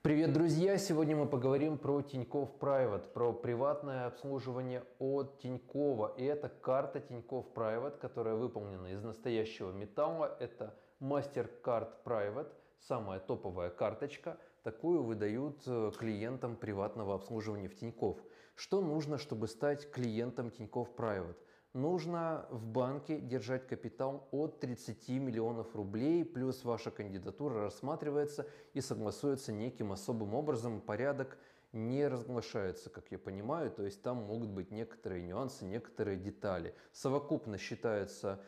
Привет, друзья! Сегодня мы поговорим про Тинькофф Private, про приватное обслуживание от Тинькова. И это карта Тинькофф Private, которая выполнена из настоящего металла. Это MasterCard Private, самая топовая карточка. Такую выдают клиентам приватного обслуживания в Тинькофф. Что нужно, чтобы стать клиентом Тинькофф Private? Нужно в банке держать капитал от 30 миллионов рублей, плюс ваша кандидатура рассматривается и согласуется неким особым образом. Порядок не разглашается, как я понимаю, то есть там могут быть некоторые нюансы, некоторые детали. Совокупно считаются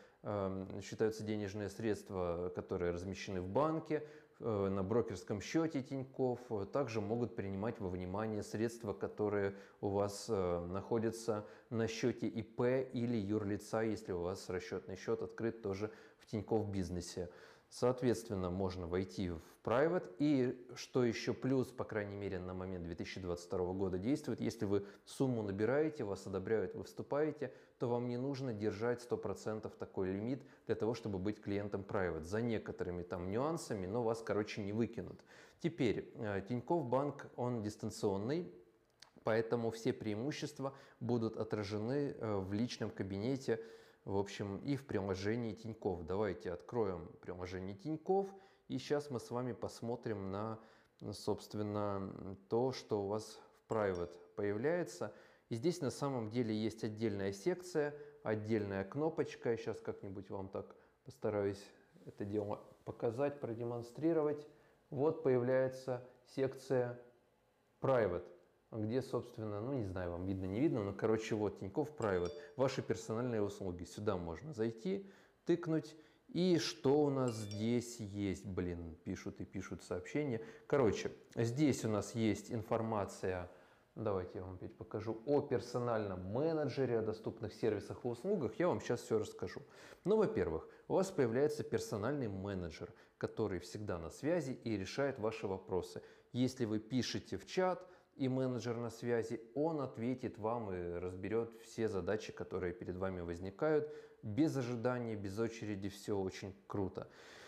денежные средства, которые размещены в банке, на брокерском счете Тинькофф. Также могут принимать во внимание средства, которые у вас находятся на счете ИП или юрлица, если у вас расчетный счет открыт тоже в Тинькофф Бизнесе. Соответственно, можно войти в Private. И что еще плюс, по крайней мере на момент 2022 года действует, если вы сумму набираете, вас одобряют, вы вступаете, то вам не нужно держать 100% такой лимит для того, чтобы быть клиентом Private. За некоторыми там нюансами, но вас, короче, не выкинут. Теперь, Тинькофф Банк, он дистанционный. Поэтому все преимущества будут отражены в личном кабинете, в общем, и в приложении Тинькофф. Давайте откроем приложение Тинькофф, и сейчас мы с вами посмотрим на, собственно, то, что у вас в Private появляется. И здесь на самом деле есть отдельная секция, отдельная кнопочка. Я сейчас как-нибудь вам так постараюсь это дело показать, продемонстрировать. Вот появляется секция Private, где, собственно, ну не знаю, вам видно, не видно, но, короче, вот Тинькофф Private, ваши персональные услуги. Сюда можно зайти, тыкнуть. И что у нас здесь есть? Блин, пишут и пишут сообщения. Короче, здесь у нас есть информация, давайте я вам опять покажу, о персональном менеджере, о доступных сервисах и услугах. Я вам сейчас все расскажу. Ну, во-первых, у вас появляется персональный менеджер, который всегда на связи и решает ваши вопросы. Если вы пишете в чат, и менеджер на связи, он ответит вам и разберет все задачи, которые перед вами возникают, без ожидания, без очереди, все очень круто.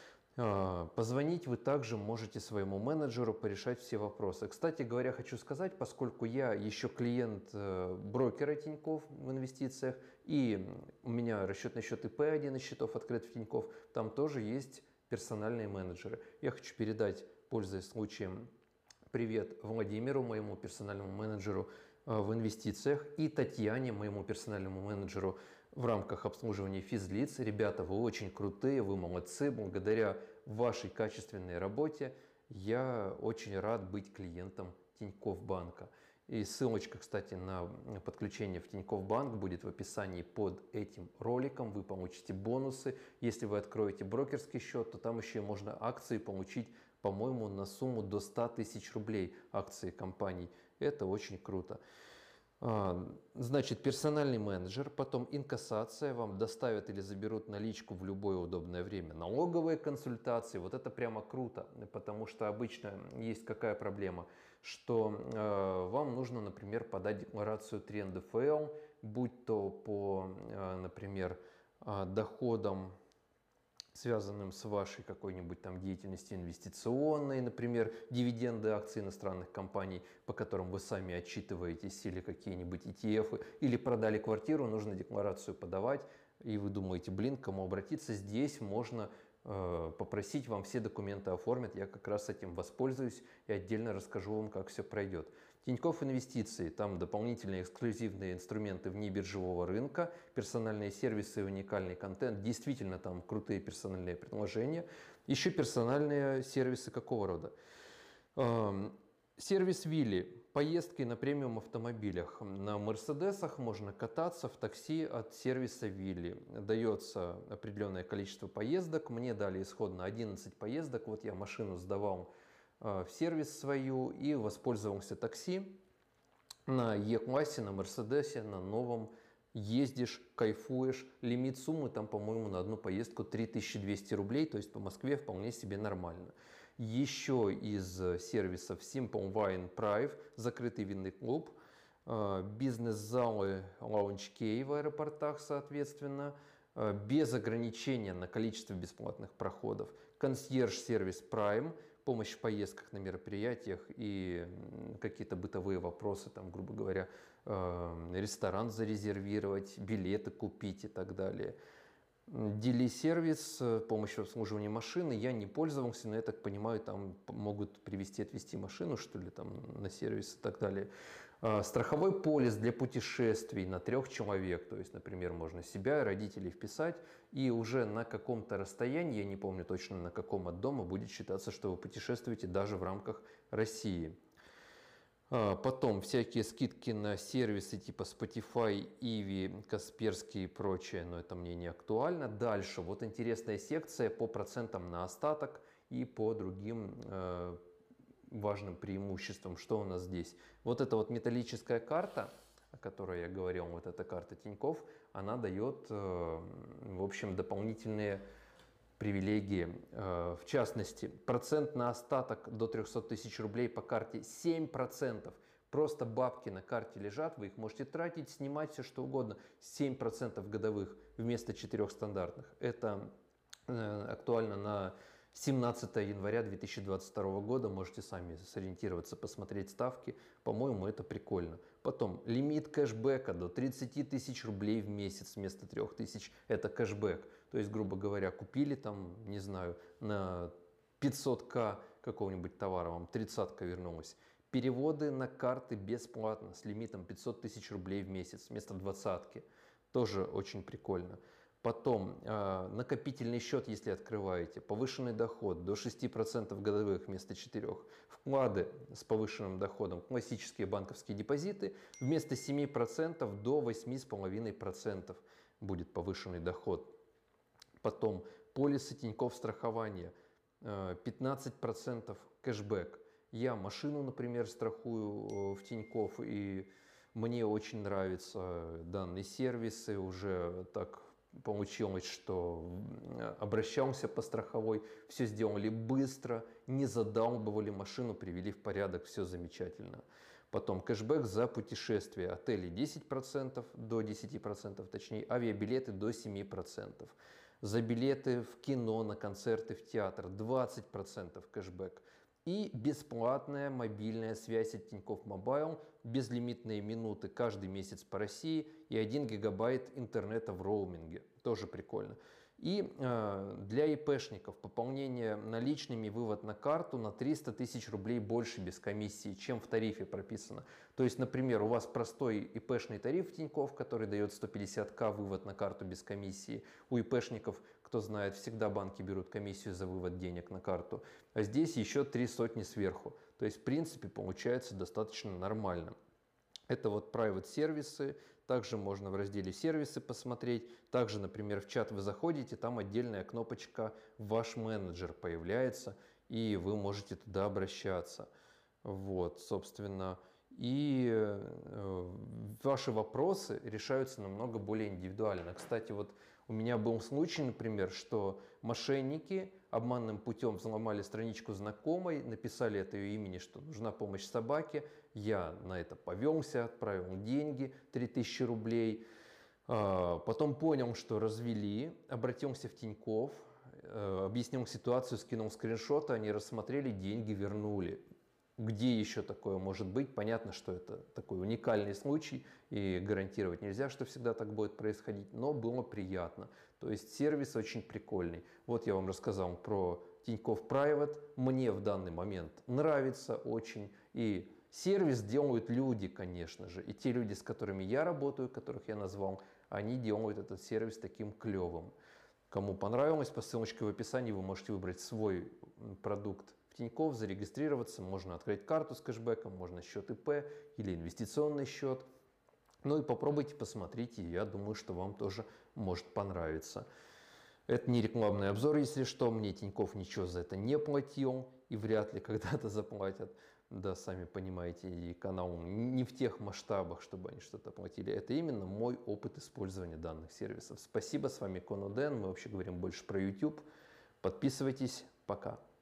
Позвонить вы также можете своему менеджеру, порешать все вопросы. Кстати говоря, хочу сказать, поскольку я еще клиент брокера Тинькофф в инвестициях, и у меня расчетный счет ИП, один из счетов открыт в Тинькофф, там тоже есть персональные менеджеры. Я хочу передать, пользуясь случаем, привет Владимиру, моему персональному менеджеру в инвестициях, и Татьяне, моему персональному менеджеру в рамках обслуживания физлиц. Ребята, вы очень крутые, вы молодцы. Благодаря вашей качественной работе я очень рад быть клиентом Тинькофф Банка. И ссылочка, кстати, на подключение в Тинькофф Банк будет в описании под этим роликом. Вы получите бонусы. Если вы откроете брокерский счет, то там еще можно акции получить, по-моему, на сумму до 100 тысяч рублей акции компаний. Это очень круто. Значит, персональный менеджер, потом инкассация, вам доставят или заберут наличку в любое удобное время. Налоговые консультации, вот это прямо круто, потому что обычно есть какая проблема, что вам нужно, например, подать декларацию 3 НДФЛ, будь то по, например, доходам, связанным с вашей какой-нибудь там деятельностью инвестиционной, например, дивиденды акций иностранных компаний, по которым вы сами отчитываетесь, или какие-нибудь ETF, или продали квартиру, нужно декларацию подавать, и вы думаете, блин, к кому обратиться? Здесь можно попросить вам все документы оформят, я как раз этим воспользуюсь и отдельно расскажу вам, как все пройдет. Тинькофф Инвестиции, там дополнительные эксклюзивные инструменты вне биржевого рынка, персональные сервисы и уникальный контент, действительно там крутые персональные предложения. Еще персональные сервисы какого рода? Сервис Вилли, поездки на премиум автомобилях. На Мерседесах можно кататься в такси от сервиса Вилли. Дается определенное количество поездок. Мне дали исходно 11 поездок. Вот я машину сдавал в сервис свою и воспользовался такси на Е-классе, на Мерседесе, на новом. Ездишь, кайфуешь. Лимит суммы там, по-моему, на одну поездку 3200 рублей, то есть по Москве вполне себе нормально. Еще из сервисов Simple Wine Private, закрытый винный клуб, бизнес-залы Lounge Key в аэропортах, соответственно, без ограничения на количество бесплатных проходов, консьерж-сервис Prime, помощь в поездках на мероприятиях и какие-то бытовые вопросы, там, грубо говоря, ресторан зарезервировать, билеты купить и так далее. Дили-сервис, помощь в обслуживании машины, я не пользовался, но я так понимаю, там могут привезти, отвезти машину, что ли, там на сервис и так далее. Страховой полис для путешествий на 3 человек, то есть, например, можно себя и родителей вписать, и уже на каком-то расстоянии, я не помню точно на каком от дома, будет считаться, что вы путешествуете даже в рамках России. Потом всякие скидки на сервисы типа Spotify, Ivi, Касперский и прочее, но это мне не актуально. Дальше, вот интересная секция по процентам на остаток и по другим важным преимуществам. Что у нас здесь? Вот эта вот металлическая карта, о которой я говорил, вот эта карта Тинькофф, она дает, в общем, дополнительные привилегии. В частности, процент на остаток до 300 тысяч рублей по карте 7%. Просто бабки на карте лежат, вы их можете тратить, снимать, все что угодно. 7% годовых вместо 4 стандартных. Это актуально на 17 января 2022 года. Можете сами сориентироваться, посмотреть ставки. По-моему, это прикольно. Потом лимит кэшбэка до 30 тысяч рублей в месяц вместо 3 тысяч. Это кэшбэк. То есть, грубо говоря, купили там, не знаю, на 500к какого-нибудь товара, вам 30-ка вернулась. Переводы на карты бесплатно с лимитом 500 тысяч рублей в месяц вместо 20-ки. Тоже очень прикольно. Потом накопительный счет, если открываете, повышенный доход до 6% годовых вместо 4%. Вклады с повышенным доходом, классические банковские депозиты, вместо 7% до 8,5% будет повышенный доход. Потом полисы Тинькофф страхования, 15% кэшбэк. Я машину, например, страхую в Тинькофф, и мне очень нравятся данные сервисы. Уже так получилось, что обращался по страховой, все сделали быстро, не задалбывали, машину привели в порядок, все замечательно. Потом кэшбэк за путешествия, отели 10%, до 10%, точнее, авиабилеты до 7%. За билеты в кино, на концерты, в театр 20% кэшбэк. И бесплатная мобильная связь от Тинькофф Мобайл, безлимитные минуты каждый месяц по России и 1 гигабайт интернета в роуминге. Тоже прикольно. И для ИПшников пополнение наличными, вывод на карту на 300 тысяч рублей больше без комиссии, чем в тарифе прописано. То есть, например, у вас простой ИПшный тариф Тинькофф, который дает 150к вывод на карту без комиссии. У ИПшников, кто знает, всегда банки берут комиссию за вывод денег на карту. А здесь еще 3 сотни сверху. То есть, в принципе, получается достаточно нормально. Это вот private сервисы, также можно в разделе сервисы посмотреть. Также, например, в чат вы заходите, там отдельная кнопочка «Ваш менеджер» появляется, и вы можете туда обращаться. Вот, собственно, и ваши вопросы решаются намного более индивидуально. Кстати, вот у меня был случай, например, что мошенники обманным путем взломали страничку знакомой, написали от ее имени, что нужна помощь собаке. Я на это повелся, отправил деньги, 3000 рублей. Потом понял, что развели, обратился в Тинькофф, объяснил ситуацию, скинул скриншоты, они рассмотрели, деньги вернули. Где еще такое может быть? Понятно, что это такой уникальный случай, и гарантировать нельзя, что всегда так будет происходить, но было приятно. То есть сервис очень прикольный. Вот я вам рассказал про Тинькофф Private. Мне в данный момент нравится очень. И сервис делают люди, конечно же. И те люди, с которыми я работаю, которых я назвал, они делают этот сервис таким клевым. Кому понравилось, по ссылочке в описании вы можете выбрать свой продукт в Тинькофф, зарегистрироваться, можно открыть карту с кэшбэком, можно счет ИП или инвестиционный счет. Ну и попробуйте, посмотрите, я думаю, что вам тоже может понравиться. Это не рекламный обзор, если что, мне Тинькофф ничего за это не платил и вряд ли когда-то заплатят. Да, сами понимаете, и канал не в тех масштабах, чтобы они что-то платили. Это именно мой опыт использования данных сервисов. Спасибо, с вами Конуден, мы вообще говорим больше про YouTube. Подписывайтесь, пока.